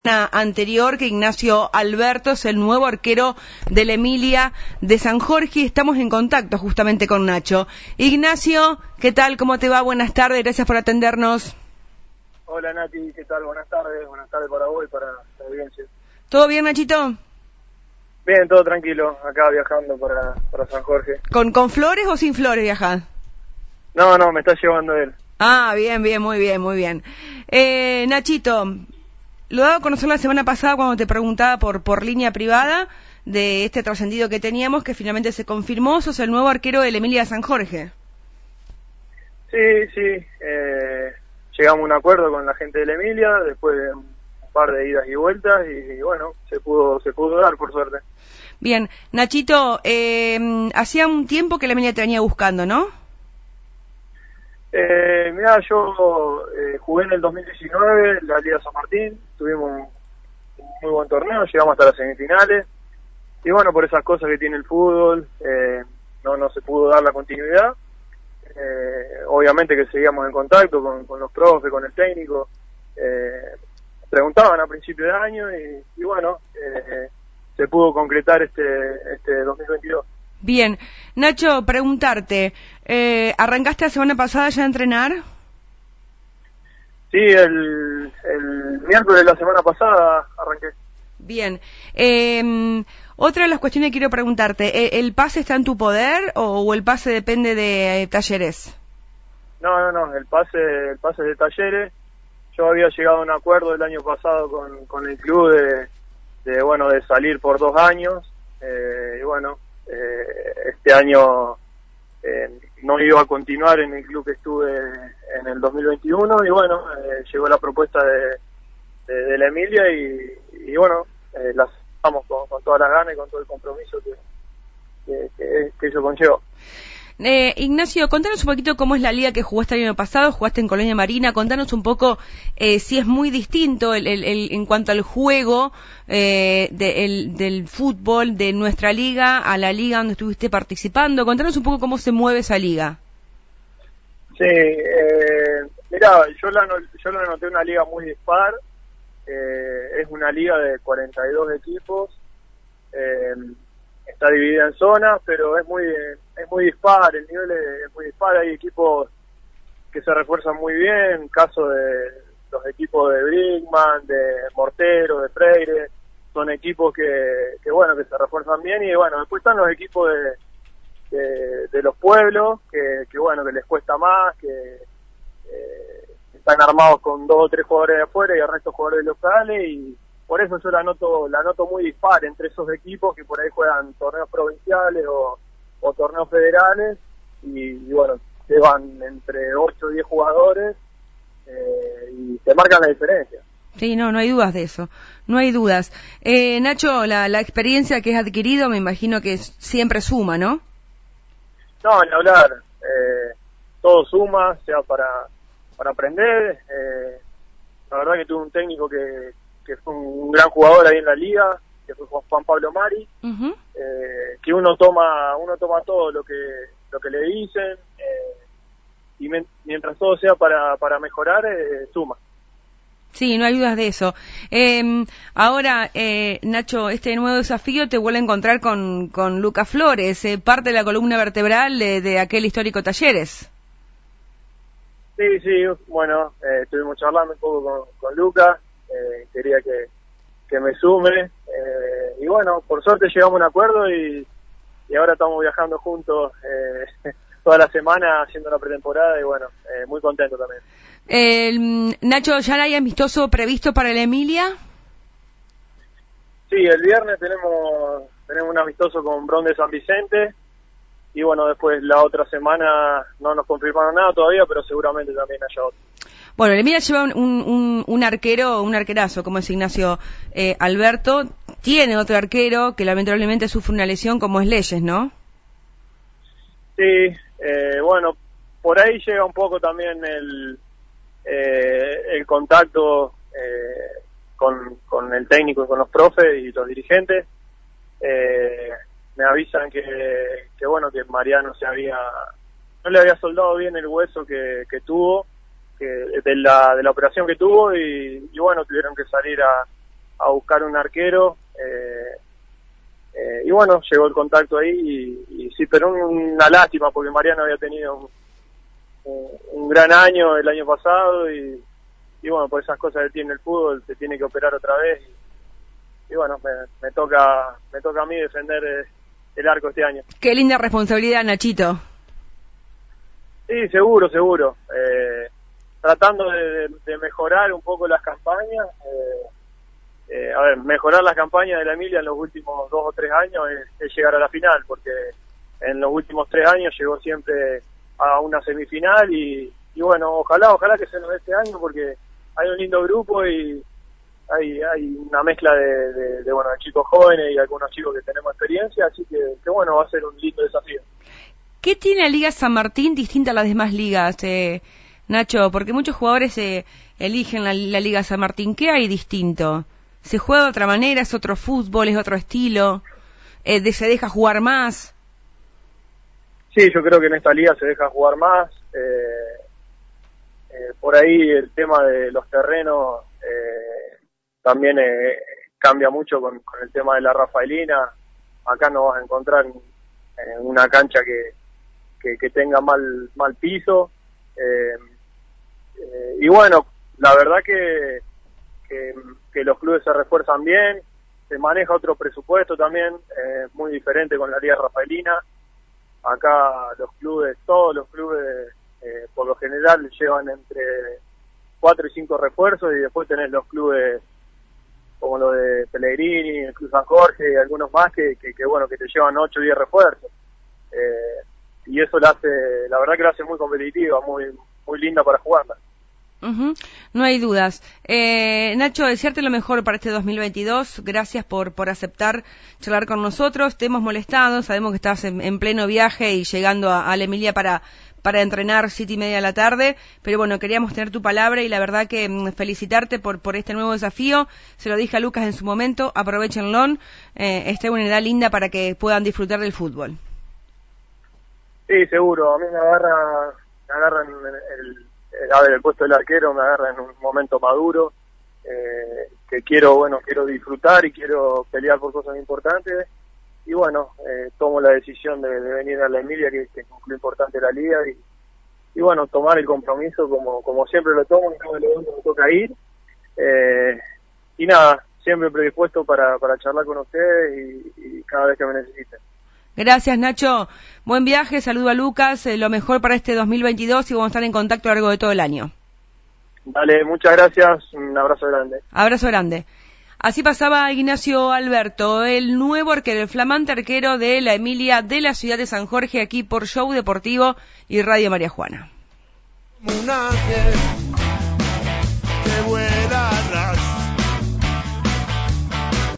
Anterior que Ignacio Alberto es el nuevo arquero de la Emilia de San Jorge. Estamos en contacto justamente con Nacho. Ignacio, ¿qué tal? ¿Cómo te va? Buenas tardes, gracias por atendernos. Hola Nati, ¿qué tal? Buenas tardes para vos y para la audiencia. ¿Todo bien, Nachito? Bien, todo tranquilo, acá viajando para San Jorge. ¿Con flores o sin flores viajás? No, me está llevando él. Ah, bien, muy bien. Nachito, lo he dado a conocer la semana pasada cuando te preguntaba por línea privada de este trascendido que teníamos, que finalmente se confirmó. Sos el nuevo arquero de la Emilia de San Jorge. Sí, llegamos a un acuerdo con la gente de la Emilia después de un par de idas y vueltas y bueno, se pudo dar por suerte. Bien, Nachito, hacía un tiempo que la Emilia te venía buscando, ¿no? Mirá, yo jugué en el 2019 la Liga San Martín, tuvimos un muy buen torneo, llegamos hasta las semifinales y bueno, por esas cosas que tiene el fútbol no se pudo dar la continuidad. Obviamente que seguíamos en contacto con los profes, con el técnico, preguntaban a principio de año y bueno, se pudo concretar este 2022. Bien, Nacho, preguntarte, ¿arrancaste la semana pasada ya a entrenar? Sí, el miércoles de la semana pasada arranqué. Bien, otra de las cuestiones que quiero preguntarte, ¿el pase está en tu poder o el pase depende de Talleres? No, el pase es de Talleres. Yo había llegado a un acuerdo el año pasado con el club de salir por 2 años, y bueno, este año no iba a continuar en el club que estuve en el 2021 y bueno, llegó la propuesta de la Emilia y bueno, la aceptamos con todas las ganas y con todo el compromiso que ello conlleva. Ignacio, contanos un poquito cómo es la liga que jugaste el año pasado, jugaste en Colonia Marina, contanos un poco si es muy distinto en cuanto al juego del fútbol de nuestra liga a la liga donde estuviste participando, contanos un poco cómo se mueve esa liga. Sí, mirá, yo la anoté una liga muy dispar, es una liga de 42 equipos, está dividida en zonas, pero es muy dispar, el nivel es muy dispar, hay equipos que se refuerzan muy bien, caso de los equipos de Brinkman, de Mortero, de Freire, son equipos que se refuerzan bien y bueno, después están los equipos de los pueblos, que les cuesta más, que están armados con 2 o 3 jugadores de afuera y el resto jugadores locales y por eso yo la noto muy dispar entre esos equipos que por ahí juegan torneos provinciales o torneos federales y bueno, llevan entre 8 o 10 jugadores y te marcan la diferencia. Sí, no hay dudas de eso, no hay dudas. Nacho, la experiencia que has adquirido me imagino que siempre suma, ¿no? No, ni hablar, todo suma, sea para aprender, la verdad que tuve un técnico que fue un gran jugador ahí en la liga, que fue Juan Pablo Mari, que uno toma todo lo que le dicen y mientras todo sea para mejorar, suma. Sí, no hay dudas de eso. Ahora, Nacho, este nuevo desafío te vuelve a encontrar con Lucas Flores, parte de la columna vertebral de aquel histórico Talleres. Sí, bueno, estuvimos charlando un poco con Lucas, quería que me sume, y bueno, por suerte llegamos a un acuerdo y ahora estamos viajando juntos toda la semana haciendo la pretemporada y bueno, muy contento también. Nacho, ¿ya hay amistoso previsto para la Emilia? Sí, el viernes tenemos un amistoso con Bron de San Vicente y bueno, después la otra semana no nos confirmaron nada todavía, pero seguramente también haya otro. Bueno, la Emilia lleva un arquero, un arquerazo, como es Ignacio Alberto. Tiene otro arquero que lamentablemente sufre una lesión como es Leyes, ¿no? Sí, bueno, por ahí llega un poco también el contacto con el técnico y con los profes y los dirigentes. Me avisan que Mariano no le había soldado bien el hueso que tuvo, de la operación que tuvo y bueno, tuvieron que salir a buscar un arquero, y bueno, llegó el contacto ahí y sí, pero una lástima porque Mariano había tenido un gran año el año pasado y bueno, por esas cosas que tiene el fútbol, se tiene que operar otra vez y bueno, me toca a mí defender el arco este año. Qué linda responsabilidad, Nachito. Sí, seguro. Tratando de mejorar un poco las campañas, mejorar las campañas de la Emilia en los últimos 2 o 3 años es llegar a la final, porque en los últimos 3 años llegó siempre a una semifinal y bueno, ojalá que se nos dé este año porque hay un lindo grupo y hay una mezcla de chicos jóvenes y algunos chicos que tenemos experiencia, así que bueno, va a ser un lindo desafío. ¿Qué tiene la Liga San Martín distinta a las demás ligas, Nacho? Porque muchos jugadores eligen la Liga San Martín. ¿Qué hay distinto? ¿Se juega de otra manera? ¿Es otro fútbol? ¿Es otro estilo? ¿Se deja jugar más? Sí, yo creo que en esta liga se deja jugar más. Por ahí el tema de los terrenos también cambia mucho con el tema de la Rafaelina. Acá no vas a encontrar una cancha que tenga mal piso. Y bueno, la verdad que los clubes se refuerzan bien, se maneja otro presupuesto también, muy diferente con la Liga Rafaelina. Acá todos los clubes, por lo general llevan entre 4 y 5 refuerzos y después tenés los clubes como lo de Pellegrini, el Club San Jorge y algunos más que te llevan 8 o 10 refuerzos. Y eso la verdad que la hace muy competitiva, muy linda para jugarla. Uh-huh. No hay dudas. Nacho, desearte lo mejor para este 2022. Gracias por aceptar charlar con nosotros. Te hemos molestado, sabemos que estás en pleno viaje y llegando a la Emilia para entrenar 7:30 de la tarde, pero bueno, queríamos tener tu palabra y la verdad que felicitarte por este nuevo desafío. Se lo dije a Lucas en su momento, aprovechenlo. Esta es una edad linda para que puedan disfrutar del fútbol. Sí, seguro. A mí me agarran el puesto del arquero, me agarra en un momento maduro, que quiero disfrutar y quiero pelear por cosas importantes. Y bueno, tomo la decisión de venir a la Emilia, que es un club importante de la liga, y bueno, tomar el compromiso como siempre lo tomo, en cada evento me toca ir. Y nada, siempre predispuesto para charlar con ustedes y cada vez que me necesiten. Gracias, Nacho. Buen viaje, saludo a Lucas, lo mejor para este 2022 y vamos a estar en contacto a lo largo de todo el año. Dale, muchas gracias, un abrazo grande. Abrazo grande. Así pasaba Ignacio Alberto, el nuevo arquero, el flamante arquero de la Emilia de la ciudad de San Jorge, aquí por Show Deportivo y Radio María Juana.